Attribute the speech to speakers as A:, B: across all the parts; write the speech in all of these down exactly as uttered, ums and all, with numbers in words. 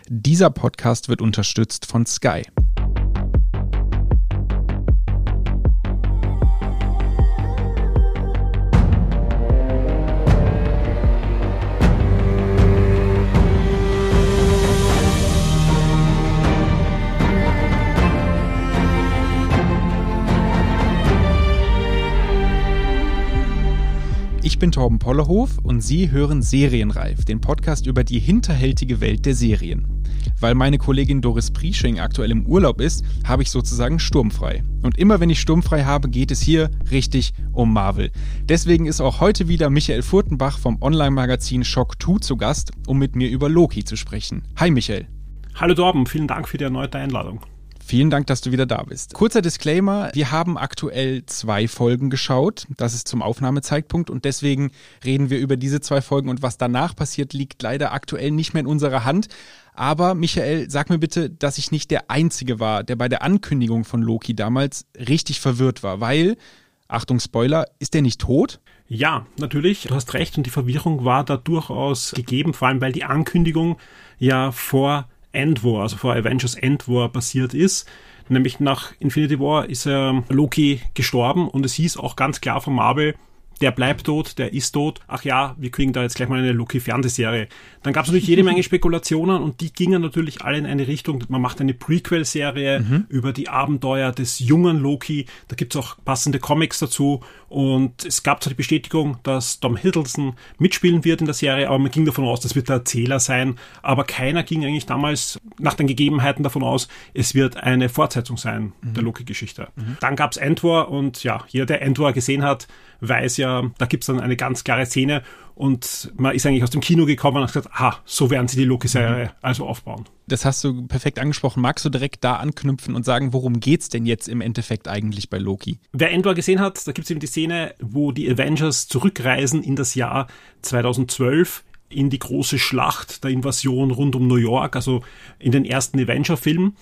A: Dieser Podcast wird unterstützt von Sky. Ich bin Torben Pollerhof und Sie hören Serienreif, den Podcast über die hinterhältige Welt der Serien. Weil meine Kollegin Doris Priesching aktuell im Urlaub ist, habe ich sozusagen sturmfrei. Und immer wenn ich sturmfrei habe, geht es hier richtig um Marvel. Deswegen ist auch heute wieder Michael Furtenbach vom Online-Magazin Shock zwei zu Gast, um mit mir über Loki zu sprechen. Hi Michael.
B: Hallo Torben, vielen Dank für die erneute Einladung.
A: Vielen Dank, dass du wieder da bist. Kurzer Disclaimer, wir haben aktuell zwei Folgen geschaut, das ist zum Aufnahmezeitpunkt und deswegen reden wir über diese zwei Folgen und was danach passiert, liegt leider aktuell nicht mehr in unserer Hand. Aber Michael, sag mir bitte, dass ich nicht der Einzige war, der bei der Ankündigung von Loki damals richtig verwirrt war, weil, Achtung Spoiler, ist der nicht tot?
B: Ja, natürlich, du hast recht und die Verwirrung war da durchaus gegeben, vor allem weil die Ankündigung ja vor End War, also vor Avengers End War passiert ist. Nämlich nach Infinity War ist er Loki gestorben und es hieß auch ganz klar von Marvel, der bleibt tot, der ist tot. Ach ja, wir kriegen da jetzt gleich mal eine Loki-Fernsehserie. Dann gab es natürlich jede Menge Spekulationen und die gingen natürlich alle in eine Richtung. Man macht eine Prequel-Serie mhm. über die Abenteuer des jungen Loki. Da gibt es auch passende Comics dazu. Und es gab zwar die Bestätigung, dass Tom Hiddleston mitspielen wird in der Serie, aber man ging davon aus, das wird der Erzähler sein. Aber keiner ging eigentlich damals nach den Gegebenheiten davon aus, es wird eine Fortsetzung sein mhm. der Loki-Geschichte. Mhm. Dann gab es End War und ja, jeder, der End War gesehen hat, weiß ja, da gibt es dann eine ganz klare Szene und man ist eigentlich aus dem Kino gekommen und hat gesagt, aha, so werden sie die Loki-Serie mhm. also aufbauen.
A: Das hast du perfekt angesprochen. Magst du direkt da anknüpfen und sagen, worum geht's denn jetzt im Endeffekt eigentlich bei Loki?
B: Wer End War gesehen hat, da gibt es eben die Szene, wo die Avengers zurückreisen in das Jahr zweitausendzwölf in die große Schlacht der Invasion rund um New York, also in den ersten Avenger-Film.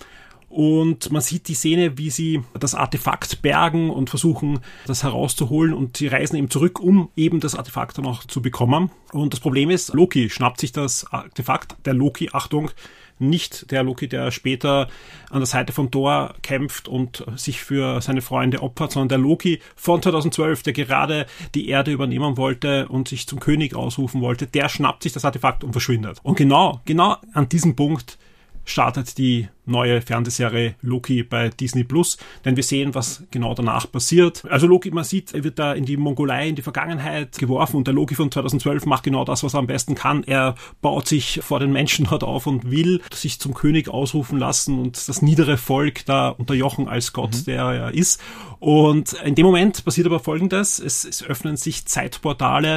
B: Und man sieht die Szene, wie sie das Artefakt bergen und versuchen, das herauszuholen. Und sie reisen eben zurück, um eben das Artefakt dann auch zu bekommen. Und das Problem ist, Loki schnappt sich das Artefakt. Der Loki, Achtung, nicht der Loki, der später an der Seite von Thor kämpft und sich für seine Freunde opfert, sondern der Loki von zweitausendzwölf, der gerade die Erde übernehmen wollte und sich zum König ausrufen wollte, der schnappt sich das Artefakt und verschwindet. Und genau, genau an diesem Punkt startet die neue Fernsehserie Loki bei Disney Plus, denn wir sehen, was genau danach passiert. Also Loki, man sieht, er wird da in die Mongolei, in die Vergangenheit geworfen und der Loki von zweitausendzwölf macht genau das, was er am besten kann. Er baut sich vor den Menschen dort auf und will sich zum König ausrufen lassen und das niedere Volk da unterjochen als Gott, mhm. der er ist. Und in dem Moment passiert aber Folgendes, es, es öffnen sich Zeitportale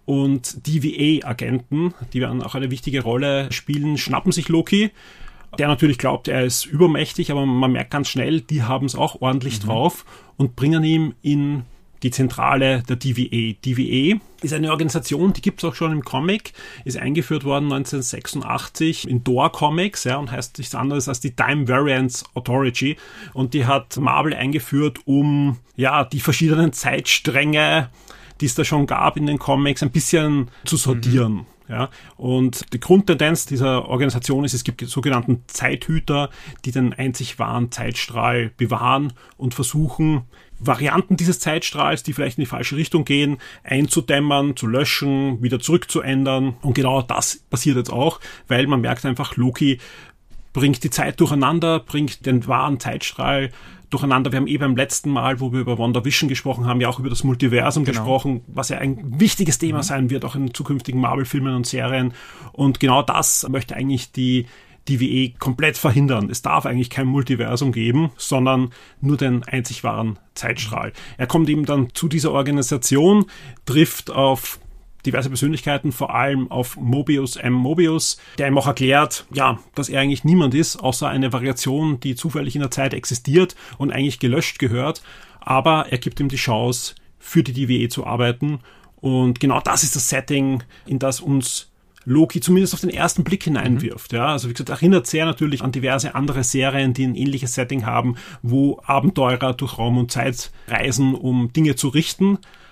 B: und D V A-Agenten, die werden auch eine wichtige Rolle spielen, schnappen sich Loki, der natürlich glaubt, er ist übermächtig, aber man merkt ganz schnell, die haben es auch ordentlich mhm. drauf und bringen ihn in die Zentrale der D V A. D V A ist eine Organisation, die gibt es auch schon im Comic, ist eingeführt worden neunzehnhundertsechsundachtzig in Thor Comics, ja, und heißt nichts anderes als die Time Variance Authority. Und die hat Marvel eingeführt, um ja die verschiedenen Zeitstränge, die es da schon gab in den Comics, ein bisschen zu sortieren. Mhm. Ja, und die Grundtendenz dieser Organisation ist, es gibt sogenannten Zeithüter, die den einzig wahren Zeitstrahl bewahren und versuchen, Varianten dieses Zeitstrahls, die vielleicht in die falsche Richtung gehen, einzudämmern, zu löschen, wieder zurückzuändern. Und genau das passiert jetzt auch, weil man merkt einfach, Loki bringt die Zeit durcheinander, bringt den wahren Zeitstrahl durcheinander. Wir haben eh beim letzten Mal, wo wir über WandaVision gesprochen haben, ja auch über das Multiversum genau. gesprochen, was ja ein wichtiges Thema mhm. sein wird, auch in zukünftigen Marvel-Filmen und Serien. Und genau das möchte eigentlich die D V A komplett verhindern. Es darf eigentlich kein Multiversum geben, sondern nur den einzig wahren Zeitstrahl. Er kommt eben dann zu dieser Organisation, trifft auf diverse Persönlichkeiten, vor allem auf Mobius M. Mobius, der ihm auch erklärt, ja, dass er eigentlich niemand ist, außer eine Variation, die zufällig in der Zeit existiert und eigentlich gelöscht gehört. Aber er gibt ihm die Chance, für die D V A zu arbeiten. Und genau das ist das Setting, in das uns Loki zumindest auf den ersten Blick hineinwirft. Mhm. Ja, also wie gesagt, erinnert sehr natürlich an diverse andere Serien, die ein ähnliches Setting haben, wo Abenteurer durch Raum und Zeit reisen, um Dinge zu richten.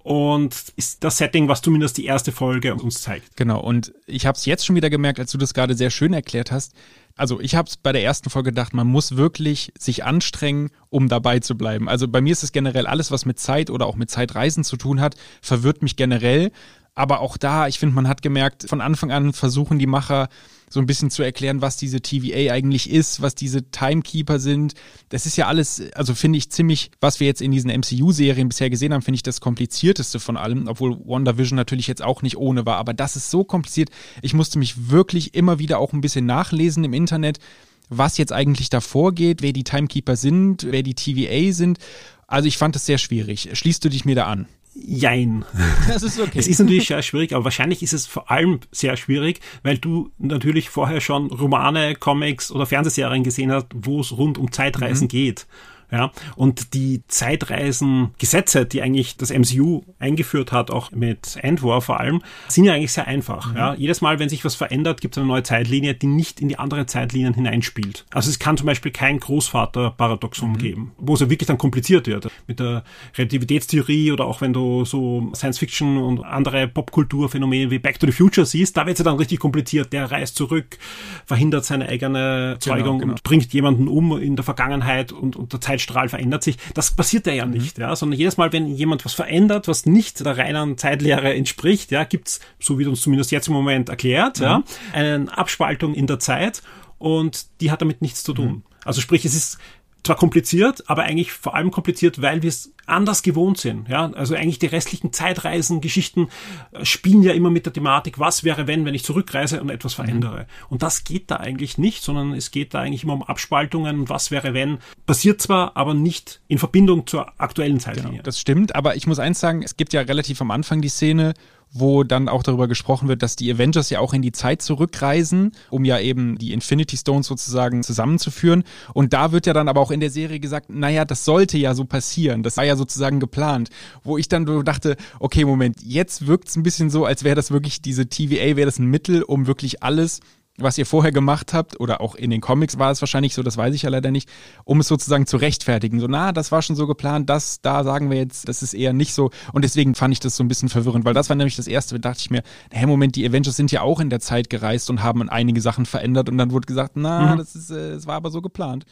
B: und ist das Setting, was zumindest die erste Folge uns zeigt.
A: Genau, und ich habe es jetzt schon wieder gemerkt, als du das gerade sehr schön erklärt hast. Also ich habe es bei der ersten Folge gedacht, man muss wirklich sich anstrengen, um dabei zu bleiben. Also bei mir ist es generell alles, was mit Zeit oder auch mit Zeitreisen zu tun hat, verwirrt mich generell. Aber auch da, ich finde, man hat gemerkt, von Anfang an versuchen die Macher so ein bisschen zu erklären, was diese T V A eigentlich ist, was diese Timekeeper sind. Das ist ja alles, also finde ich ziemlich, was wir jetzt in diesen M C U-Serien bisher gesehen haben, finde ich das komplizierteste von allem, obwohl WandaVision natürlich jetzt auch nicht ohne war. Aber das ist so kompliziert. Ich musste mich wirklich immer wieder auch ein bisschen nachlesen im Internet, was jetzt eigentlich da vorgeht, wer die Timekeeper sind, wer die T V A sind. Also ich fand das sehr schwierig. Schließt du dich mir da an?
B: Jein.
A: Das ist okay.
B: Es ist natürlich sehr schwierig, aber wahrscheinlich ist es vor allem sehr schwierig, weil du natürlich vorher schon Romane, Comics oder Fernsehserien gesehen hast, wo es rund um Zeitreisen mhm. geht. Ja, und die Zeitreisengesetze, die eigentlich das M C U eingeführt hat, auch mit End-War vor allem, sind ja eigentlich sehr einfach. Mhm. Ja, jedes Mal, wenn sich was verändert, gibt es eine neue Zeitlinie, die nicht in die andere Zeitlinien hineinspielt. Also es kann zum Beispiel kein Großvater-Paradoxon mhm. geben, wo es ja wirklich dann kompliziert wird. Mit der Relativitätstheorie oder auch wenn du so Science-Fiction und andere Popkulturphänomene wie Back to the Future siehst, da wird es ja dann richtig kompliziert. Der reist zurück, verhindert seine eigene Zeugung genau, genau. und bringt jemanden um in der Vergangenheit und, und der Zeit Strahl verändert sich. Das passiert ja nicht, ja, sondern jedes Mal, wenn jemand was verändert, was nicht der reinen Zeitlehre entspricht, ja, gibt's, so wie du uns zumindest jetzt im Moment erklärt, mhm. ja, eine Abspaltung in der Zeit und die hat damit nichts zu tun. Mhm. Also sprich, es ist zwar kompliziert, aber eigentlich vor allem kompliziert, weil wir es anders gewohnt sind. Ja, also eigentlich die restlichen Zeitreisen-Geschichten spielen ja immer mit der Thematik, was wäre, wenn, wenn ich zurückreise und etwas verändere. Mhm. Und das geht da eigentlich nicht, sondern es geht da eigentlich immer um Abspaltungen und was wäre, wenn. Passiert zwar, aber nicht in Verbindung zur aktuellen Zeitlinie.
A: Genau, das stimmt, aber ich muss eins sagen, es gibt ja relativ am Anfang die Szene, wo dann auch darüber gesprochen wird, dass die Avengers ja auch in die Zeit zurückreisen, um ja eben die Infinity Stones sozusagen zusammenzuführen. Und da wird ja dann aber auch in der Serie gesagt, naja, das sollte ja so passieren. Das war ja sozusagen geplant. Wo ich dann so dachte, okay, Moment, jetzt wirkt es ein bisschen so, als wäre das wirklich, diese T V A wäre das ein Mittel, um wirklich alles, was ihr vorher gemacht habt, oder auch in den Comics war es wahrscheinlich so, das weiß ich ja leider nicht, um es sozusagen zu rechtfertigen. So, na, das war schon so geplant, das, da sagen wir jetzt, das ist eher nicht so. Und deswegen fand ich das so ein bisschen verwirrend, weil das war nämlich das Erste, da dachte ich mir, hey, Moment, die Avengers sind ja auch in der Zeit gereist und haben einige Sachen verändert und dann wurde gesagt, na, mhm. das ist, äh, das war aber so geplant.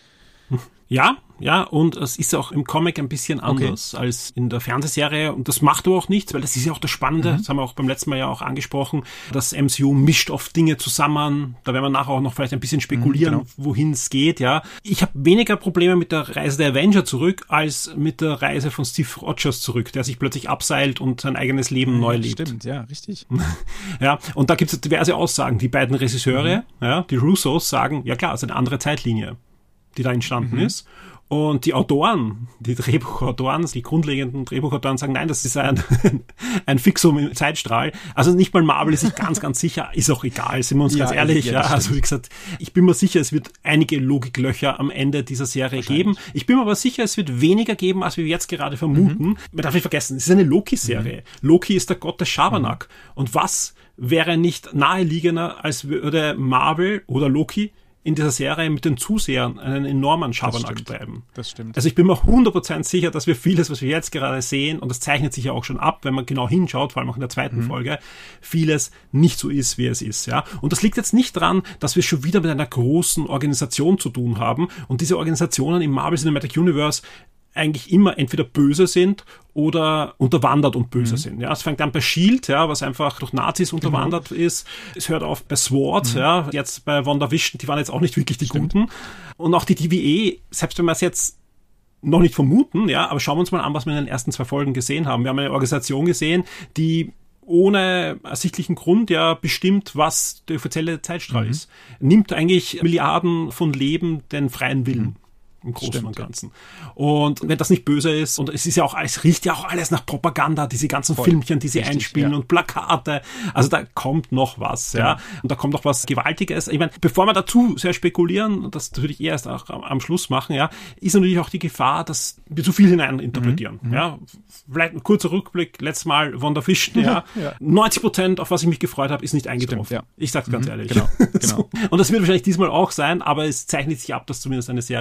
B: Ja, ja, und es ist auch im Comic ein bisschen anders okay. als in der Fernsehserie und das macht aber auch nichts, weil das ist ja auch das Spannende, mhm. das haben wir auch beim letzten Mal ja auch angesprochen, das M C U mischt oft Dinge zusammen, da werden wir nachher auch noch vielleicht ein bisschen spekulieren, mhm, genau. wohin es geht, ja. Ich habe weniger Probleme mit der Reise der Avenger zurück, als mit der Reise von Steve Rogers zurück, der sich plötzlich abseilt und sein eigenes Leben
A: mhm,
B: neu lebt.
A: Stimmt, ja, richtig.
B: Ja, und da gibt es diverse Aussagen, die beiden Regisseure, mhm. ja, die Russos sagen, ja klar, es ist eine andere Zeitlinie, die da entstanden mhm. ist. Und die Autoren, die Drehbuchautoren, die grundlegenden Drehbuchautoren sagen, nein, das ist ein, ein Fixum im Zeitstrahl. Also nicht mal Marvel ist sich ganz, ganz sicher, ist auch egal, sind wir uns ja, ganz ehrlich. Ja, ja, also wie gesagt, ich bin mir sicher, es wird einige Logiklöcher am Ende dieser Serie geben. Ich bin mir aber sicher, es wird weniger geben, als wir jetzt gerade vermuten. Mhm. Man darf nicht vergessen, es ist eine Loki-Serie. Mhm. Loki ist der Gott des Schabernack. Mhm. Und was wäre nicht naheliegender, als würde Marvel oder Loki in dieser Serie mit den Zusehern einen enormen Schabernack treiben.
A: Das stimmt.
B: Also ich bin mir hundert Prozent sicher, dass wir vieles, was wir jetzt gerade sehen, und das zeichnet sich ja auch schon ab, wenn man genau hinschaut, vor allem auch in der zweiten mhm. Folge, vieles nicht so ist, wie es ist. Ja. Und das liegt jetzt nicht dran, dass wir schon wieder mit einer großen Organisation zu tun haben und diese Organisationen im Marvel Cinematic Universe eigentlich immer entweder böse sind oder unterwandert und böse mhm. sind. Ja, es fängt an bei S H I E L D, ja, was einfach durch Nazis unterwandert genau. ist. Es hört auf bei SWORD, mhm. ja, jetzt bei WandaVision, die waren jetzt auch nicht wirklich die Stimmt. Guten. Und auch die T V A, selbst wenn wir es jetzt noch nicht vermuten, ja, aber schauen wir uns mal an, was wir in den ersten zwei Folgen gesehen haben. Wir haben eine Organisation gesehen, die ohne ersichtlichen Grund ja bestimmt, was der offizielle Zeitstrahl mhm. ist. Nimmt eigentlich Milliarden von Leben den freien Willen. Mhm. Im Großen Stimmt, und Ganzen. Ja. Und wenn das nicht böse ist, und es ist ja auch, es riecht ja auch alles nach Propaganda, diese ganzen Voll. Filmchen, die sie Richtig, einspielen ja. und Plakate. Also da kommt noch was, ja. ja. Und da kommt noch was Gewaltiges. Ich meine, bevor wir dazu sehr spekulieren, und das würde ich erst auch am Schluss machen, ja, ist natürlich auch die Gefahr, dass wir zu viel hineininterpretieren. Mhm. Ja. Vielleicht ein kurzer Rückblick, letztes Mal WandaVision, ja. ja. neunzig Prozent, auf was ich mich gefreut habe, ist nicht eingetroffen. Stimmt, ja. Ich sag's ganz mhm. ehrlich.
A: Genau, genau.
B: So. Und das wird wahrscheinlich diesmal auch sein, aber es zeichnet sich ab, dass zumindest eine Serie wird, die uns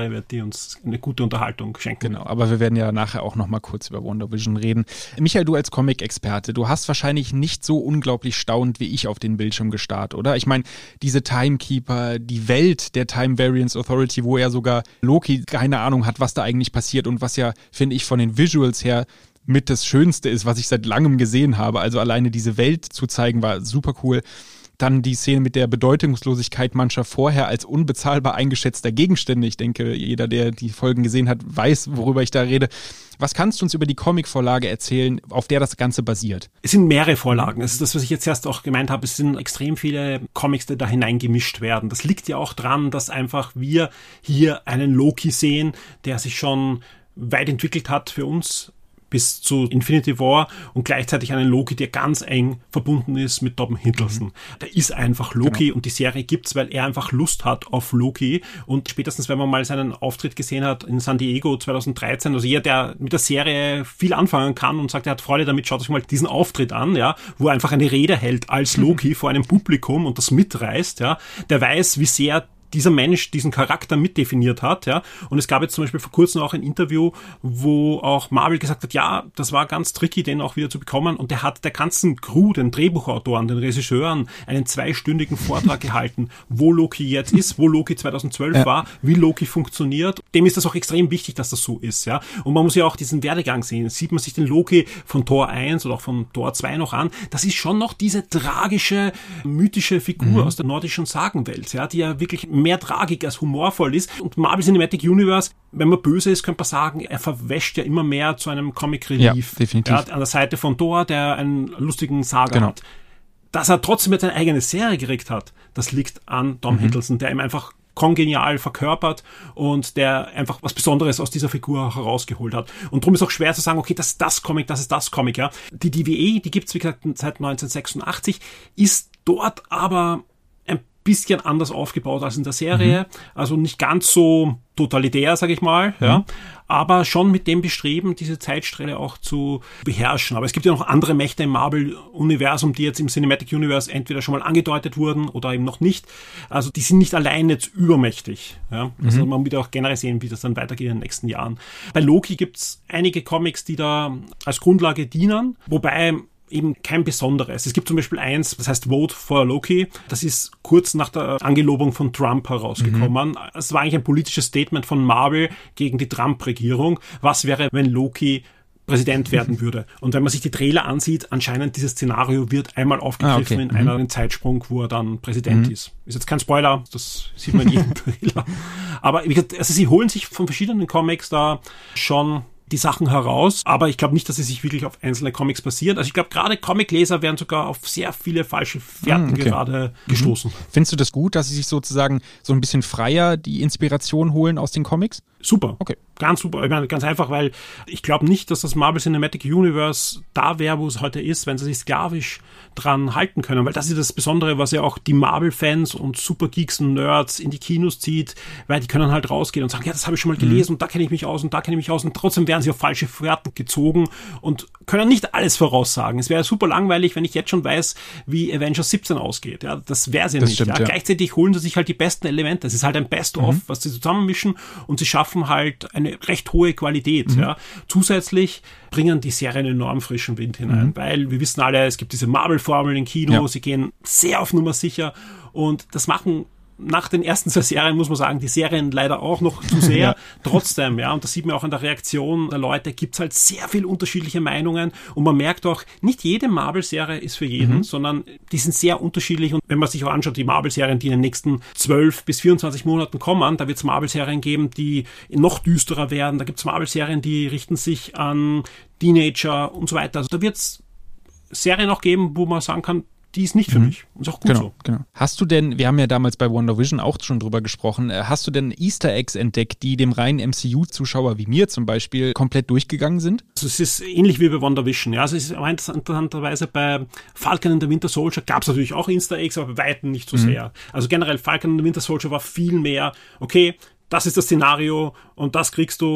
B: uns eine gute Unterhaltung schenken.
A: Genau, aber wir werden ja nachher auch noch mal kurz über WandaVision reden. Michael, du als Comic-Experte, du hast wahrscheinlich nicht so unglaublich staunend wie ich auf den Bildschirm gestarrt, oder? Ich meine, diese Timekeeper, die Welt der Time Variance Authority, wo ja sogar Loki keine Ahnung hat, was da eigentlich passiert und was ja, finde ich, von den Visuals her mit das Schönste ist, was ich seit langem gesehen habe. Also alleine diese Welt zu zeigen, war super cool. Dann die Szene mit der Bedeutungslosigkeit mancher vorher als unbezahlbar eingeschätzter Gegenstände. Ich denke, jeder, der die Folgen gesehen hat, weiß, worüber ich da rede. Was kannst du uns über die Comic-Vorlage erzählen, auf der das Ganze basiert?
B: Es sind mehrere Vorlagen. Das ist das, was ich jetzt erst auch gemeint habe. Es sind extrem viele Comics, die da hineingemischt werden. Das liegt ja auch dran, dass einfach wir hier einen Loki sehen, der sich schon weit entwickelt hat für uns bis zu Infinity War und gleichzeitig einen Loki, der ganz eng verbunden ist mit Tom Hiddleston. Mhm. Der ist einfach Loki genau. Und die Serie gibt's, weil er einfach Lust hat auf Loki und spätestens, wenn man mal seinen Auftritt gesehen hat in San Diego zwanzig dreizehn, also jeder, der mit der Serie viel anfangen kann und sagt, er hat Freude damit, schaut euch mal diesen Auftritt an, ja, wo er einfach eine Rede hält als Loki mhm. vor einem Publikum und das mitreißt, ja, der weiß, wie sehr dieser Mensch diesen Charakter mitdefiniert hat, ja. Und es gab jetzt zum Beispiel vor kurzem auch ein Interview, wo auch Marvel gesagt hat, ja, das war ganz tricky, den auch wieder zu bekommen. Und der hat der ganzen Crew, den Drehbuchautoren, den Regisseuren, einen zweistündigen Vortrag gehalten, wo Loki jetzt ist, wo Loki zwanzig zwölf ja. war, wie Loki funktioniert. Dem ist das auch extrem wichtig, dass das so ist, ja. Und man muss ja auch diesen Werdegang sehen. Sieht man sich den Loki von Tor eins oder auch von Tor zwei noch an, das ist schon noch diese tragische, mythische Figur mhm. aus der nordischen Sagenwelt, ja, die ja wirklich mehr Tragik als humorvoll ist. Und Marvel Cinematic Universe, wenn man böse ist, könnte man sagen, er verwäscht ja immer mehr zu einem Comic Relief.
A: Ja, definitiv.
B: Ja, an der Seite von Thor, der einen lustigen Saga
A: genau.
B: hat. Dass er trotzdem jetzt eine eigene Serie gekriegt hat, das liegt an Tom mhm. Hiddleston, der ihm einfach kongenial verkörpert und der einfach was Besonderes aus dieser Figur herausgeholt hat. Und darum ist auch schwer zu sagen, okay, das ist das Comic, das ist das Comic, ja. Die D V A, die gibt's wie gesagt seit neunzehnhundertsechsundachtzig, ist dort aber bisschen anders aufgebaut als in der Serie, mhm. also nicht ganz so totalitär, sage ich mal, mhm. ja, aber schon mit dem Bestreben, diese Zeitsträhle auch zu beherrschen. Aber es gibt ja noch andere Mächte im Marvel-Universum, die jetzt im Cinematic Universe entweder schon mal angedeutet wurden oder eben noch nicht. Also die sind nicht allein jetzt übermächtig. Ja. Mhm. Also man wird auch generell sehen, wie das dann weitergeht in den nächsten Jahren. Bei Loki gibt's einige Comics, die da als Grundlage dienen, wobei eben kein besonderes. Es gibt zum Beispiel eins, das heißt Vote for Loki. Das ist kurz nach der Angelobung von Trump herausgekommen. Es mhm. war eigentlich ein politisches Statement von Marvel gegen die Trump-Regierung. Was wäre, wenn Loki Präsident werden würde? Und wenn man sich die Trailer ansieht, anscheinend dieses Szenario wird einmal aufgegriffen ah, okay. in mhm. einem Zeitsprung, wo er dann Präsident mhm. ist. Ist jetzt kein Spoiler, das sieht man in jedem Trailer. Aber wie gesagt, also sie holen sich von verschiedenen Comics da schon die Sachen heraus, aber ich glaube nicht, dass sie sich wirklich auf einzelne Comics basieren. Also ich glaube, gerade Comicleser werden sogar auf sehr viele falsche Fährten okay. gerade mhm. gestoßen.
A: Findest du das gut, dass sie sich sozusagen so ein bisschen freier die Inspiration holen aus den Comics?
B: Super.
A: Okay.
B: Ganz super. Ich meine, ganz einfach, weil ich glaube nicht, dass das Marvel Cinematic Universe da wäre, wo es heute ist, wenn sie sich sklavisch dran halten können. Weil das ist das Besondere, was ja auch die Marvel-Fans und Supergeeks und Nerds in die Kinos zieht, weil die können halt rausgehen und sagen, ja, das habe ich schon mal gelesen mhm. und da kenne ich mich aus und da kenne ich mich aus und trotzdem werden sie auf falsche Fährten gezogen und können nicht alles voraussagen. Es wäre super langweilig, wenn ich jetzt schon weiß, wie Avengers siebzehn ausgeht. Ja, das wäre sie das nicht.
A: Stimmt,
B: ja.
A: Ja.
B: Gleichzeitig holen sie sich halt die besten Elemente. Es ist halt ein Best-of, mhm. was sie zusammenmischen und sie schaffen halt eine recht hohe Qualität. Mhm. Ja. Zusätzlich bringen die Serien enorm frischen Wind hinein, mhm. weil wir wissen alle, es gibt diese Marvel-Formel im Kino, ja. sie gehen sehr auf Nummer sicher und das machen nach den ersten zwei Serien, muss man sagen, die Serien leider auch noch zu sehr. Ja. Trotzdem, ja, und das sieht man auch an der Reaktion der Leute, gibt's halt sehr viel unterschiedliche Meinungen und man merkt auch, nicht jede Marvel-Serie ist für jeden, mhm. sondern die sind sehr unterschiedlich und wenn man sich auch anschaut, die Marvel-Serien, die in den nächsten zwölf bis vierundzwanzig Monaten kommen, da wird's Marvel-Serien geben, die noch düsterer werden, da gibt's Marvel-Serien, die richten sich an Teenager und so weiter. Also da wird's Serien auch geben, wo man sagen kann, die ist nicht für mhm. mich. Und ist auch gut
A: genau,
B: so.
A: Genau. Hast du denn, wir haben ja damals bei WandaVision auch schon drüber gesprochen, hast du denn Easter Eggs entdeckt, die dem reinen M C U-Zuschauer wie mir zum Beispiel komplett durchgegangen sind?
B: Also es ist ähnlich wie bei WandaVision. Ja, also es ist interessanterweise bei Falcon and the Winter Soldier gab es natürlich auch Easter Eggs, aber bei weitem nicht so mhm. sehr. Also generell Falcon and the Winter Soldier war viel mehr, okay, das ist das Szenario und das kriegst du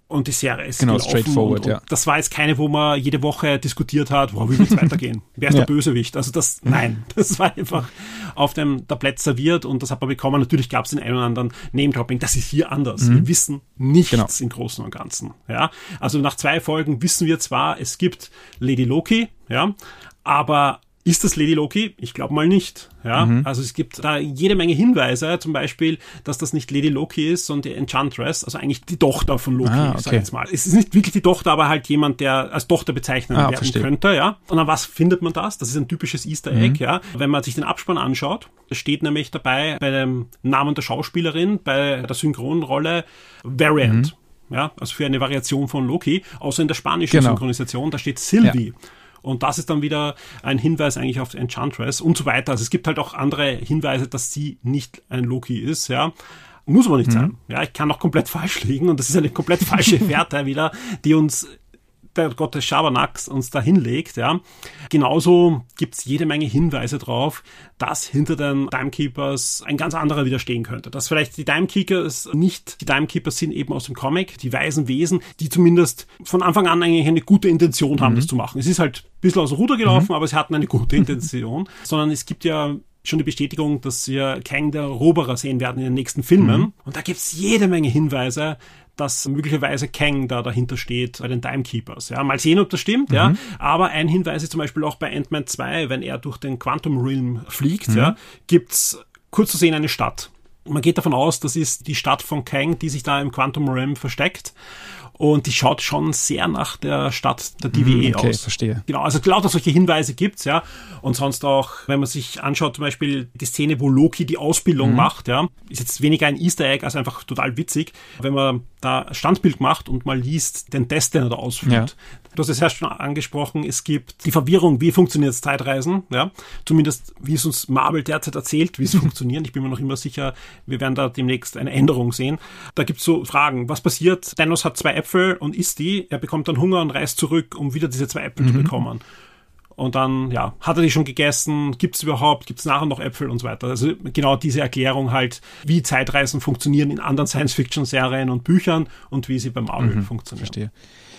B: Und die Serie ist
A: genau,
B: gelaufen.
A: straightforward,
B: und, und
A: ja.
B: Das war jetzt keine, wo man jede Woche diskutiert hat, wow, wie wird's weitergehen? Wer ist ja. der Bösewicht? Also das, nein, das war einfach auf dem Tablett serviert und das hat man bekommen. Natürlich gab es den einen oder anderen Name-Dropping. Das ist hier anders. Mhm. Wir wissen nichts genau. im Großen und Ganzen. Ja, also nach zwei Folgen wissen wir zwar, es gibt Lady Loki, ja, aber ist das Lady Loki? Ich glaube mal nicht. Ja, mhm. Also es gibt da jede Menge Hinweise, zum Beispiel, dass das nicht Lady Loki ist, sondern die Enchantress, also eigentlich die Tochter von Loki, ah, okay. sag ich jetzt mal. Es ist nicht wirklich die Tochter, aber halt jemand, der als Tochter bezeichnet ah, werden verstehe. könnte, ja. Und an was findet man das? Das ist ein typisches Easter Egg, mhm. ja. Wenn man sich den Abspann anschaut, steht nämlich dabei bei dem Namen der Schauspielerin, bei der Synchronrolle Variant. Mhm. Ja, also für eine Variation von Loki, außer in der spanischen genau. Synchronisation, da steht Sylvie. Ja. Und das ist dann wieder ein Hinweis eigentlich auf Enchantress und so weiter. Also es gibt halt auch andere Hinweise, dass sie nicht ein Loki ist, ja. Muss aber nicht mhm. sein. Ja, ich kann auch komplett falsch liegen und das ist eine komplett falsche Fährte wieder, die uns der Gott des Schabernacks uns da hinlegt, ja. Genauso gibt's jede Menge Hinweise drauf, dass hinter den Timekeepers ein ganz anderer wieder stehen könnte. Dass vielleicht die Timekeepers nicht die Timekeepers sind eben aus dem Comic, die weisen Wesen, die zumindest von Anfang an eigentlich eine gute Intention haben, mhm. das zu machen. Es ist halt ein bisschen aus dem Ruder gelaufen, mhm. aber sie hatten eine gute Intention. Sondern es gibt ja schon die Bestätigung, dass wir Kang der Eroberer sehen werden in den nächsten Filmen. Mhm. Und da gibt's jede Menge Hinweise, dass möglicherweise Kang da dahinter steht bei den Timekeepers. Ja, mal sehen, ob das stimmt. Mhm. Ja, aber ein Hinweis ist zum Beispiel auch bei Ant-Man zwei, wenn er durch den Quantum Realm fliegt, mhm. ja, gibt's kurz zu sehen eine Stadt. Man geht davon aus, das ist die Stadt von Kang, die sich da im Quantum Realm versteckt. Und die schaut schon sehr nach der Stadt der D W E
A: okay,
B: aus.
A: Verstehe.
B: Genau, also lauter solche Hinweise gibt's, ja. Und sonst auch, wenn man sich anschaut, zum Beispiel die Szene, wo Loki die Ausbildung mhm. macht, ja, ist jetzt weniger ein Easter Egg als einfach total witzig, wenn man da Standbild macht und mal liest den Test, den er da ausführt. Ja. Du hast es ja schon angesprochen, es gibt die Verwirrung, wie funktioniert Zeitreisen, ja. Zumindest, wie es uns Marvel derzeit erzählt, wie es funktioniert. Ich bin mir noch immer sicher, wir werden da demnächst eine Änderung sehen. Da gibt's so Fragen, was passiert? Thanos hat zwei Äpfel und isst die, er bekommt dann Hunger und reist zurück, um wieder diese zwei Äpfel mhm. zu bekommen. Und dann, ja, hat er die schon gegessen? Gibt's überhaupt? Gibt's nachher noch Äpfel und so weiter? Also genau diese Erklärung halt, wie Zeitreisen funktionieren in anderen Science-Fiction-Serien und Büchern und wie sie beim Marvel mhm, funktionieren.
A: Verstehe.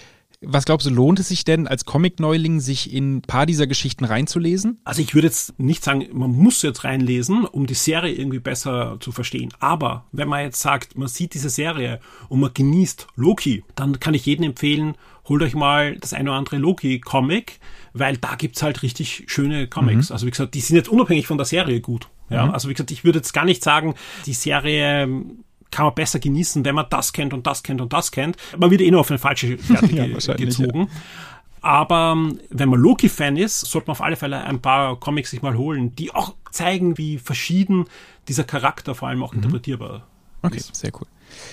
A: Was glaubst du, lohnt es sich denn als Comic-Neuling, sich in ein paar dieser Geschichten reinzulesen?
B: Also ich würde jetzt nicht sagen, man muss jetzt reinlesen, um die Serie irgendwie besser zu verstehen. Aber wenn man jetzt sagt, man sieht diese Serie und man genießt Loki, dann kann ich jedem empfehlen, holt euch mal das eine oder andere Loki-Comic, weil da gibt's halt richtig schöne Comics. Mhm. Also wie gesagt, die sind jetzt unabhängig von der Serie gut. Ja, mhm. Also wie gesagt, ich würde jetzt gar nicht sagen, die Serie kann man besser genießen, wenn man das kennt und das kennt und das kennt. Man wird eh nur auf eine falsche Fährte ja, gezogen. Ja. Aber wenn man Loki-Fan ist, sollte man auf alle Fälle ein paar Comics sich mal holen, die auch zeigen, wie verschieden dieser Charakter vor allem auch mhm. interpretierbar
A: okay,
B: ist.
A: Okay, sehr cool.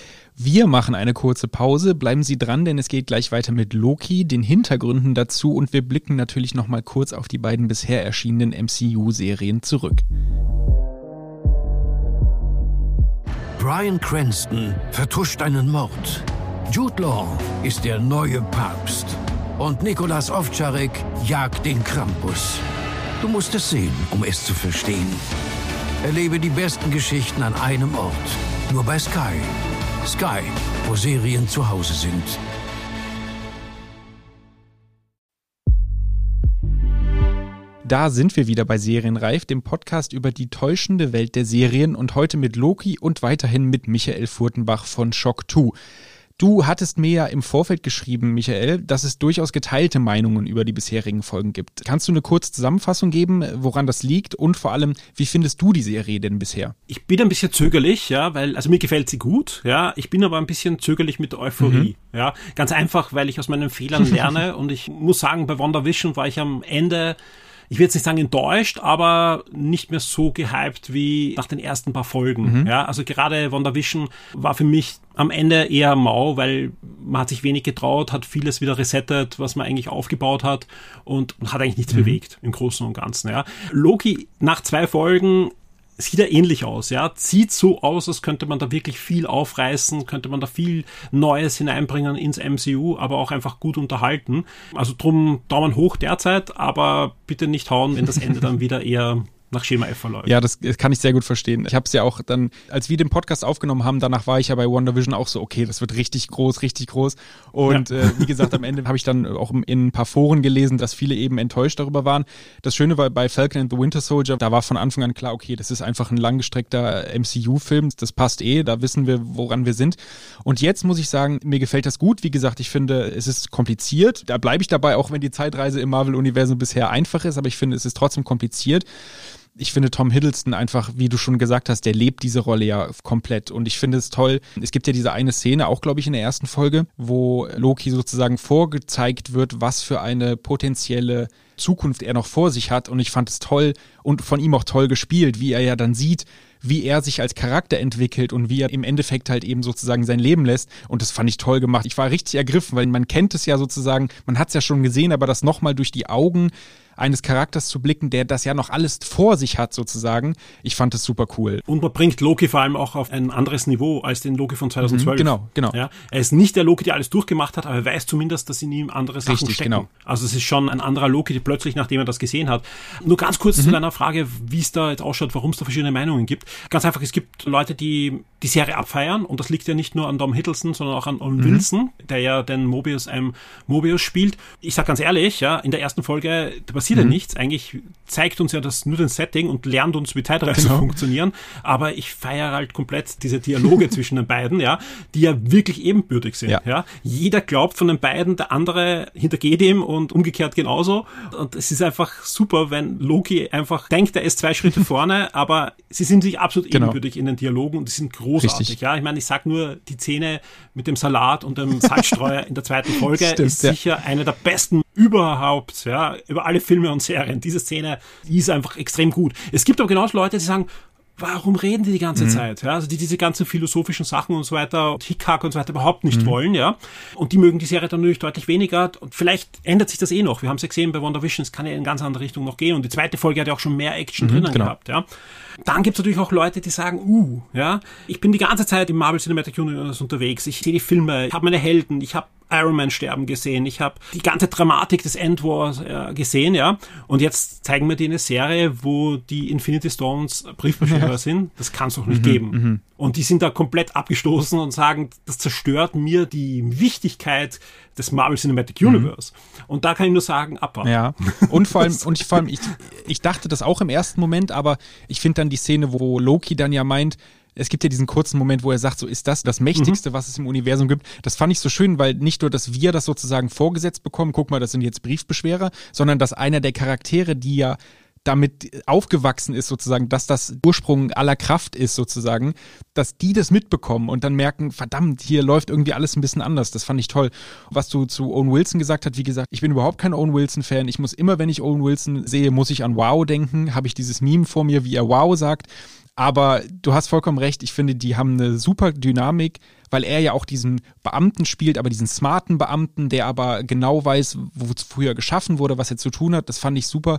A: Wir machen eine kurze Pause, bleiben Sie dran, denn es geht gleich weiter mit Loki, den Hintergründen dazu und wir blicken natürlich nochmal kurz auf die beiden bisher erschienenen M C U-Serien zurück.
C: Bryan Cranston vertuscht einen Mord. Jude Law ist der neue Papst. Und Nicolas Ovtcharek jagt den Krampus. Du musst es sehen, um es zu verstehen. Erlebe die besten Geschichten an einem Ort. Nur bei Sky. Sky, wo Serien zu Hause sind.
A: Da sind wir wieder bei Serienreif, dem Podcast über die täuschende Welt der Serien und heute mit Loki und weiterhin mit Michael Furtenbach von Shock zwei. Du hattest mir ja im Vorfeld geschrieben, Michael, dass es durchaus geteilte Meinungen über die bisherigen Folgen gibt. Kannst du eine kurze Zusammenfassung geben, woran das liegt und vor allem, wie findest du die Serie denn bisher?
B: Ich bin ein bisschen zögerlich, ja, weil, also mir gefällt sie gut, ja, ich bin aber ein bisschen zögerlich mit der Euphorie, mhm. ja, ganz einfach, weil ich aus meinen Fehlern lerne und ich muss sagen, bei WandaVision war ich am Ende, ich will jetzt nicht sagen enttäuscht, aber nicht mehr so gehypt wie nach den ersten paar Folgen. Mhm. Ja, also gerade WandaVision war für mich am Ende eher mau, weil man hat sich wenig getraut, hat vieles wieder resettet, was man eigentlich aufgebaut hat und hat eigentlich nichts mhm. bewegt im Großen und Ganzen. Ja, Loki nach zwei Folgen sieht er ähnlich aus, ja, sieht so aus, als könnte man da wirklich viel aufreißen, könnte man da viel Neues hineinbringen ins M C U, aber auch einfach gut unterhalten. Also drum Daumen hoch derzeit, aber bitte nicht hauen, wenn das Ende dann wieder eher nach Schema F verläuft.
A: Ja, das kann ich sehr gut verstehen. Ich habe es ja auch dann, als wir den Podcast aufgenommen haben, danach war ich ja bei WandaVision auch so, okay, das wird richtig groß, richtig groß. Und ja. äh, wie gesagt, am Ende habe ich dann auch in ein paar Foren gelesen, dass viele eben enttäuscht darüber waren. Das Schöne war bei Falcon and the Winter Soldier, da war von Anfang an klar, okay, das ist einfach ein langgestreckter M C U-Film, das passt eh, da wissen wir, woran wir sind. Und jetzt muss ich sagen, mir gefällt das gut. Wie gesagt, ich finde, es ist kompliziert. Da bleibe ich dabei, auch wenn die Zeitreise im Marvel-Universum bisher einfach ist, aber ich finde, es ist trotzdem kompliziert. Ich finde Tom Hiddleston einfach, wie du schon gesagt hast, der lebt diese Rolle ja komplett. Und ich finde es toll. Es gibt ja diese eine Szene, auch glaube ich in der ersten Folge, wo Loki sozusagen vorgezeigt wird, was für eine potenzielle Zukunft er noch vor sich hat. Und ich fand es toll und von ihm auch toll gespielt, wie er ja dann sieht, wie er sich als Charakter entwickelt und wie er im Endeffekt halt eben sozusagen sein Leben lässt. Und das fand ich toll gemacht. Ich war richtig ergriffen, weil man kennt es ja sozusagen, man hat es ja schon gesehen, aber das nochmal durch die Augen eines Charakters zu blicken, der das ja noch alles vor sich hat sozusagen. Ich fand das super cool.
B: Und man bringt Loki vor allem auch auf ein anderes Niveau als den Loki von zweitausendzwölf.
A: Mhm, genau, genau.
B: Ja, er ist nicht der Loki, der alles durchgemacht hat, aber er weiß zumindest, dass in ihm andere Sachen
A: Richtig,
B: stecken.
A: Genau.
B: Also es ist schon ein anderer Loki, der plötzlich, nachdem er das gesehen hat. Nur ganz kurz mhm. zu deiner Frage, wie es da jetzt ausschaut, warum es da verschiedene Meinungen gibt. Ganz einfach, es gibt Leute, die die Serie abfeiern und das liegt ja nicht nur an Tom Hiddleston, sondern auch an Owen mhm. Wilson, der ja den Mobius einem Mobius spielt. Ich sag ganz ehrlich, ja, in der ersten Folge, da passiert mhm. ja nichts. Eigentlich zeigt uns ja das nur den Setting und lernt uns, wie Zeitreisen genau. funktionieren. Aber ich feiere halt komplett diese Dialoge zwischen den beiden, ja, die ja wirklich ebenbürtig sind. Ja. Ja. Jeder glaubt von den beiden, der andere hintergeht ihm und umgekehrt genauso. Und es ist einfach super, wenn Loki einfach denkt, er ist zwei Schritte vorne, aber sie sind sich absolut genau. ebenbürtig in den Dialogen und die sind großartig. Richtig. Ja, ich meine, ich sag nur, die Szene mit dem Salat und dem Salzstreuer in der zweiten Folge Stimmt, ist sicher ja. eine der besten überhaupt, ja, über alle Filme und Serien. Diese Szene, die ist einfach extrem gut. Es gibt aber genauso Leute, die sagen, warum reden die die ganze mhm. Zeit? Ja, also die diese ganzen philosophischen Sachen und so weiter, und Hickhack und so weiter überhaupt nicht mhm. wollen, ja. Und die mögen die Serie dann natürlich deutlich weniger. Und vielleicht ändert sich das eh noch. Wir haben es ja gesehen bei WandaVision, es kann ja in eine ganz andere Richtung noch gehen. Und die zweite Folge hat ja auch schon mehr Action mhm, drinnen genau. gehabt, ja. Dann gibt es natürlich auch Leute, die sagen, uh, ja, ich bin die ganze Zeit im Marvel Cinematic Universe unterwegs. Ich sehe die Filme, ich habe meine Helden, ich habe Iron Man sterben gesehen, ich habe die ganze Dramatik des Endwars äh, gesehen, ja. Und jetzt zeigen wir dir eine Serie, wo die Infinity Stones Briefbeschwerer ja. sind. Das kann es doch nicht mhm, geben. Mhm. Und die sind da komplett abgestoßen und sagen, das zerstört mir die Wichtigkeit des Marvel Cinematic Universe. Mhm. Und da kann ich nur sagen, abwarten.
A: Ja, und vor allem, und ich, vor allem ich, ich dachte das auch im ersten Moment, aber ich finde dann die Szene, wo Loki dann ja meint, es gibt ja diesen kurzen Moment, wo er sagt, so ist das das Mächtigste, mhm. was es im Universum gibt. Das fand ich so schön, weil nicht nur, dass wir das sozusagen vorgesetzt bekommen, guck mal, das sind jetzt Briefbeschwerer, sondern dass einer der Charaktere, die ja damit aufgewachsen ist sozusagen, dass das Ursprung aller Kraft ist sozusagen, dass die das mitbekommen und dann merken, verdammt, hier läuft irgendwie alles ein bisschen anders. Das fand ich toll. Was du zu Owen Wilson gesagt hast, wie gesagt, ich bin überhaupt kein Owen Wilson-Fan. Ich muss immer, wenn ich Owen Wilson sehe, muss ich an Wow denken. Habe ich dieses Meme vor mir, wie er Wow sagt. Aber du hast vollkommen recht, ich finde, die haben eine super Dynamik, weil er ja auch diesen Beamten spielt, aber diesen smarten Beamten, der aber genau weiß, wo es früher geschaffen wurde, was er zu tun hat. Das fand ich super.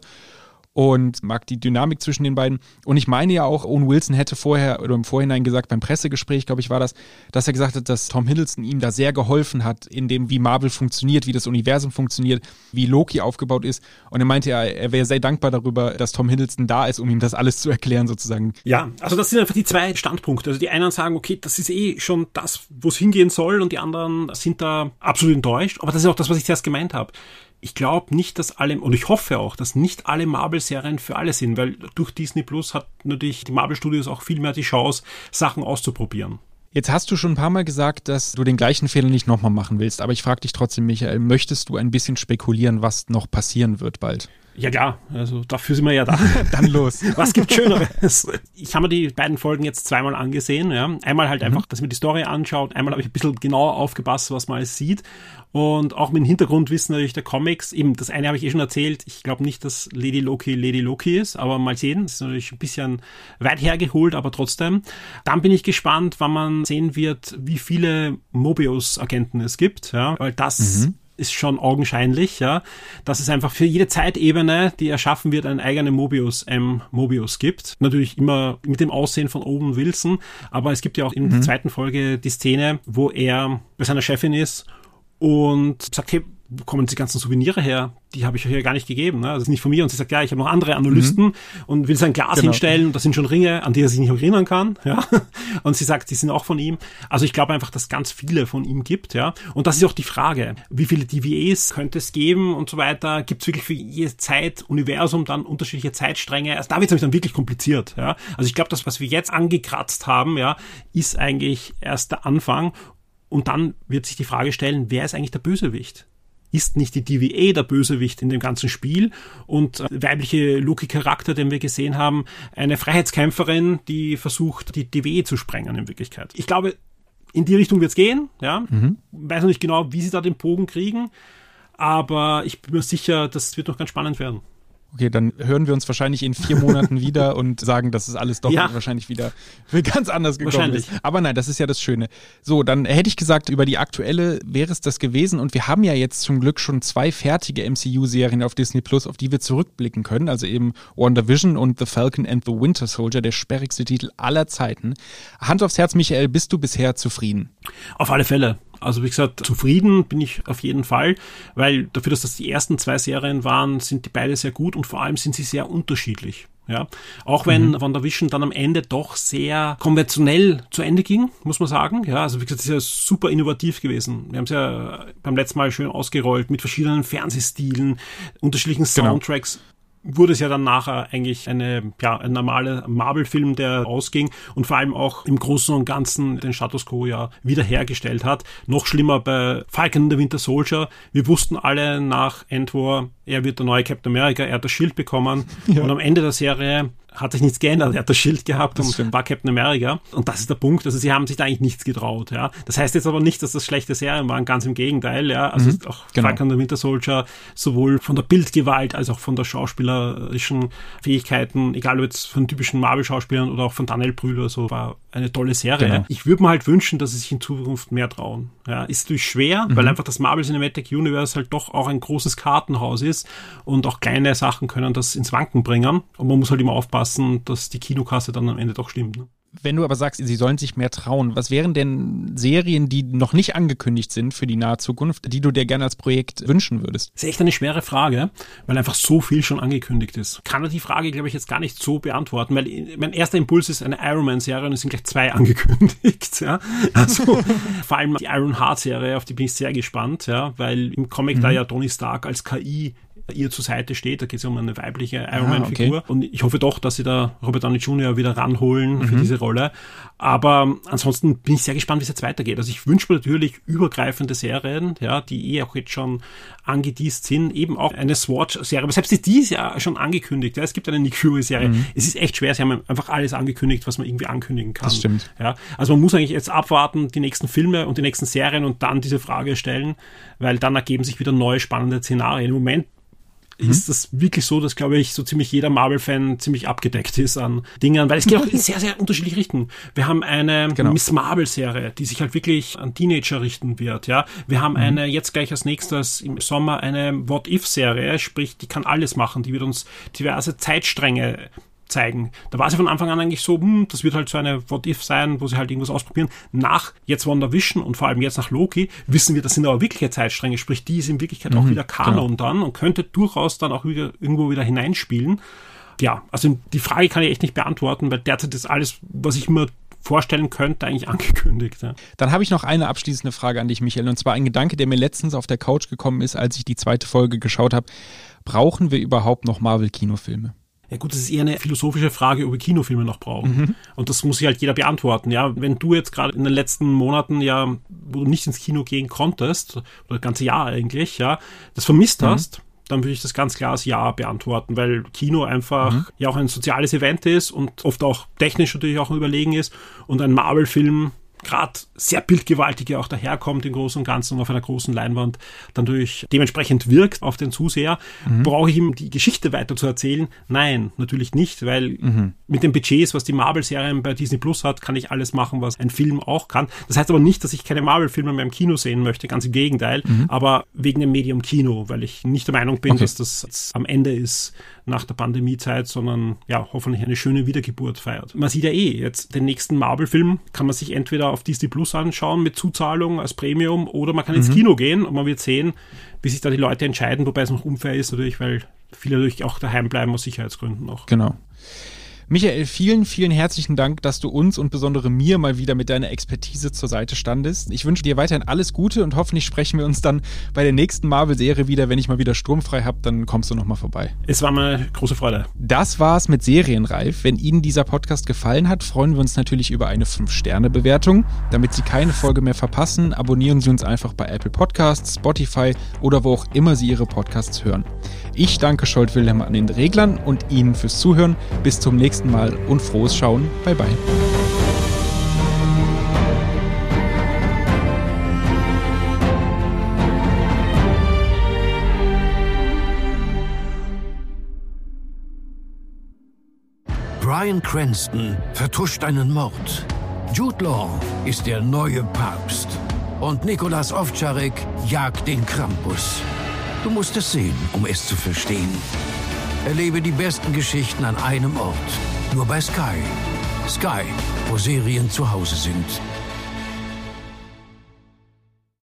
A: Und mag die Dynamik zwischen den beiden. Und ich meine ja auch, Owen Wilson hätte vorher oder im Vorhinein gesagt, beim Pressegespräch, glaube ich, war das, dass er gesagt hat, dass Tom Hiddleston ihm da sehr geholfen hat, in dem, wie Marvel funktioniert, wie das Universum funktioniert, wie Loki aufgebaut ist. Und er meinte ja, er wäre sehr dankbar darüber, dass Tom Hiddleston da ist, um ihm das alles zu erklären, sozusagen.
B: Ja, also das sind einfach die zwei Standpunkte. Also die einen sagen, okay, das ist eh schon das, wo es hingehen soll, und die anderen sind da absolut enttäuscht. Aber das ist auch das, was ich zuerst gemeint habe. Ich glaube nicht, dass alle, und ich hoffe auch, dass nicht alle Marvel-Serien für alle sind, weil durch Disney Plus hat natürlich die Marvel-Studios auch viel mehr die Chance, Sachen auszuprobieren.
A: Jetzt hast du schon ein paar Mal gesagt, dass du den gleichen Fehler nicht nochmal machen willst, aber ich frage dich trotzdem, Michael, möchtest du ein bisschen spekulieren, was noch passieren wird bald?
B: Ja klar, also dafür sind wir ja da.
A: Dann los.
B: Was gibt Schöneres? Ich habe mir die beiden Folgen jetzt zweimal angesehen. Ja. Einmal halt mhm. einfach, dass man die Story anschaut. Einmal habe ich ein bisschen genauer aufgepasst, was man alles sieht. Und auch mit dem Hintergrundwissen natürlich der Comics. Eben, das eine habe ich eh schon erzählt. Ich glaube nicht, dass Lady Loki Lady Loki ist, aber mal sehen. Das ist natürlich ein bisschen weit hergeholt, aber trotzdem. Dann bin ich gespannt, wann man sehen wird, wie viele Mobius-Agenten es gibt. Ja. Weil das... Mhm. ist schon augenscheinlich, ja, dass es einfach für jede Zeitebene, die erschaffen wird, einen eigenen Mobius M Mobius gibt. Natürlich immer mit dem Aussehen von Owen Wilson, aber es gibt ja auch in der zweiten Folge die Szene, wo er bei seiner Chefin ist und sagt, hey, wo kommen die ganzen Souvenire her? Die habe ich euch ja gar nicht gegeben. Ne? Das ist nicht von mir. Und sie sagt, ja, ich habe noch andere Analysten mhm. und will sein Glas genau. hinstellen. Und das sind schon Ringe, an die er sich nicht erinnern kann. Ja? Und sie sagt, die sind auch von ihm. Also ich glaube einfach, dass es ganz viele von ihm gibt. Ja? Und das ist auch die Frage, wie viele D V As könnte es geben und so weiter? Gibt es wirklich für jedes Zeituniversum dann unterschiedliche Zeitstränge? Also da wird es nämlich dann wirklich kompliziert. Ja? Also ich glaube, das, was wir jetzt angekratzt haben, ja, ist eigentlich erst der Anfang. Und dann wird sich die Frage stellen, wer ist eigentlich der Bösewicht? Ist nicht die D V A der Bösewicht in dem ganzen Spiel? Und äh, weibliche Loki-Charakter, den wir gesehen haben, eine Freiheitskämpferin, die versucht, die D V A zu sprengen in Wirklichkeit. Ich glaube, in die Richtung wird es gehen. Ja? Mhm. Weiß noch nicht genau, wie sie da den Bogen kriegen, aber ich bin mir sicher, das wird noch ganz spannend werden.
A: Okay, dann hören wir uns wahrscheinlich in vier Monaten wieder und sagen, dass es alles doch ja. wahrscheinlich wieder ganz anders gekommen ist. Aber nein, das ist ja das Schöne. So, dann hätte ich gesagt, über die aktuelle wäre es das gewesen. Und wir haben ja jetzt zum Glück schon zwei fertige M C U-Serien auf Disney Plus, auf die wir zurückblicken können. Also eben WandaVision und The Falcon and the Winter Soldier, der sperrigste Titel aller Zeiten. Hand aufs Herz, Michael, bist du bisher zufrieden?
B: Auf alle Fälle. Also wie gesagt, zufrieden bin ich auf jeden Fall, weil dafür, dass das die ersten zwei Serien waren, sind die beide sehr gut und vor allem sind sie sehr unterschiedlich. Ja, auch wenn mhm. WandaVision dann am Ende doch sehr konventionell zu Ende ging, muss man sagen. Ja, also wie gesagt, das ist ja super innovativ gewesen. Wir haben es ja beim letzten Mal schön ausgerollt mit verschiedenen Fernsehstilen, unterschiedlichen Soundtracks. Genau. Wurde es ja dann nachher eigentlich eine, ja, ein normaler Marvel-Film, der ausging und vor allem auch im Großen und Ganzen den Status Quo ja wiederhergestellt hat. Noch schlimmer bei Falcon and the Winter Soldier. Wir wussten alle nach Endwar, er wird der neue Captain America, er hat das Schild bekommen ja. und am Ende der Serie hat sich nichts geändert. Er hat das Schild gehabt das und stimmt. war Captain America. Und das ist der Punkt. Also sie haben sich da eigentlich nichts getraut. Ja. Das heißt jetzt aber nicht, dass das schlechte Serien waren. Ganz im Gegenteil. Ja. Also mhm, auch genau. Falcon and the Winter Soldier sowohl von der Bildgewalt als auch von der schauspielerischen Fähigkeiten, egal ob jetzt von typischen Marvel-Schauspielern oder auch von Daniel Brühl oder so, war eine tolle Serie. Genau. Ich würde mir halt wünschen, dass sie sich in Zukunft mehr trauen. Ja. Ist natürlich schwer, mhm. weil einfach das Marvel Cinematic Universe halt doch auch ein großes Kartenhaus ist und auch kleine Sachen können das ins Wanken bringen. Und man muss halt immer aufpassen, dass die Kinokasse dann am Ende doch stimmt. Ne?
A: Wenn du aber sagst, sie sollen sich mehr trauen, was wären denn Serien, die noch nicht angekündigt sind für die nahe Zukunft, die du dir gerne als Projekt wünschen würdest?
B: Das ist echt eine schwere Frage, weil einfach so viel schon angekündigt ist. Kann er die Frage, glaube ich, jetzt gar nicht so beantworten, weil mein erster Impuls ist eine Iron Man-Serie und es sind gleich zwei angekündigt. Ja? Also vor allem die Iron Heart-Serie, auf die bin ich sehr gespannt, ja, weil im Comic mhm. da ja Tony Stark als K I ihr zur Seite steht. Da geht es ja um eine weibliche Iron Man-Figur. Ah, okay. Und ich hoffe doch, dass sie da Robert Downey Junior wieder ranholen mhm. für diese Rolle. Aber ansonsten bin ich sehr gespannt, wie es jetzt weitergeht. Also ich wünsche mir natürlich übergreifende Serien, ja, die eh auch jetzt schon angeteast sind. Eben auch eine SWAT-Serie. Aber selbst die ist ja schon angekündigt. Ja. Es gibt eine Nick Fury-Serie. Mhm. Es ist echt schwer. Sie haben einfach alles angekündigt, was man irgendwie ankündigen kann. Das
A: stimmt.
B: Ja. Also man muss eigentlich jetzt abwarten, die nächsten Filme und die nächsten Serien und dann diese Frage stellen, weil dann ergeben sich wieder neue spannende Szenarien. Im Moment Mhm. ist das wirklich so, dass, glaube ich, so ziemlich jeder Marvel-Fan ziemlich abgedeckt ist an Dingen, weil es geht auch in sehr, sehr unterschiedliche Richtungen. Wir haben eine genau. Miss Marvel-Serie, die sich halt wirklich an Teenager richten wird, ja. Wir haben mhm. eine, jetzt gleich als nächstes im Sommer eine What-If-Serie, sprich, die kann alles machen, die wird uns diverse Zeitstränge zeigen. Da war es ja von Anfang an eigentlich so, hm, das wird halt so eine What-If sein, wo sie halt irgendwas ausprobieren. Nach jetzt WandaVision und vor allem jetzt nach Loki wissen wir, das sind aber wirkliche Zeitstränge, sprich, die ist in Wirklichkeit mhm, auch wieder Kanon genau. dann und könnte durchaus dann auch wieder irgendwo wieder hineinspielen. Ja, also die Frage kann ich echt nicht beantworten, weil derzeit ist alles, was ich mir vorstellen könnte, eigentlich angekündigt. Ja.
A: Dann habe ich noch eine abschließende Frage an dich, Michael, und zwar ein Gedanke, der mir letztens auf der Couch gekommen ist, als ich die zweite Folge geschaut habe. Brauchen wir überhaupt noch Marvel-Kinofilme?
B: Ja gut, das ist eher eine philosophische Frage, ob wir Kinofilme noch brauchen. Mhm. Und das muss sich halt jeder beantworten. Ja, wenn du jetzt gerade in den letzten Monaten, ja, wo du nicht ins Kino gehen konntest, oder das ganze Jahr eigentlich, ja, das vermisst mhm. hast, dann würde ich das ganz klar als Ja beantworten, weil Kino einfach mhm. ja auch ein soziales Event ist und oft auch technisch natürlich auch überlegen ist und ein Marvel-Film gerade sehr bildgewaltig ja auch daherkommt im Großen und Ganzen und auf einer großen Leinwand dann durch dementsprechend wirkt auf den Zuseher. Mhm. Brauche ich ihm die Geschichte weiter zu erzählen? Nein, natürlich nicht, weil mhm. mit den Budgets, was die Marvel-Serien bei Disney Plus hat, kann ich alles machen, was ein Film auch kann. Das heißt aber nicht, dass ich keine Marvel-Filme mehr im Kino sehen möchte, ganz im Gegenteil, mhm. aber wegen dem Medium Kino, weil ich nicht der Meinung bin, okay. dass das am Ende ist nach der Pandemiezeit, sondern ja, hoffentlich eine schöne Wiedergeburt feiert. Man sieht ja eh, jetzt den nächsten Marvel-Film kann man sich entweder auf Disney Plus anschauen mit Zuzahlung als Premium oder man kann mhm. ins Kino gehen und man wird sehen, bis sich da die Leute entscheiden, wobei es noch unfair ist, natürlich, weil viele natürlich auch daheim bleiben aus Sicherheitsgründen noch.
A: Genau. Michael, vielen, vielen herzlichen Dank, dass du uns und besonders mir mal wieder mit deiner Expertise zur Seite standest. Ich wünsche dir weiterhin alles Gute und hoffentlich sprechen wir uns dann bei der nächsten Marvel-Serie wieder. Wenn ich mal wieder sturmfrei habe, dann kommst du nochmal vorbei.
B: Es war mir eine große Freude.
A: Das war's mit Serienreif. Wenn Ihnen dieser Podcast gefallen hat, freuen wir uns natürlich über eine fünf Sterne Bewertung. Damit Sie keine Folge mehr verpassen, abonnieren Sie uns einfach bei Apple Podcasts, Spotify oder wo auch immer Sie Ihre Podcasts hören. Ich danke Scholt Wilhelm an den Reglern und Ihnen fürs Zuhören. Bis zum nächsten Mal und frohes Schauen. Bye bye.
C: Bryan Cranston vertuscht einen Mord. Jude Law ist der neue Papst. Und Nicolas Ovtcharek jagt den Krampus. Du musst es sehen, um es zu verstehen. Erlebe die besten Geschichten an einem Ort. Nur bei Sky. Sky, wo Serien zu Hause sind.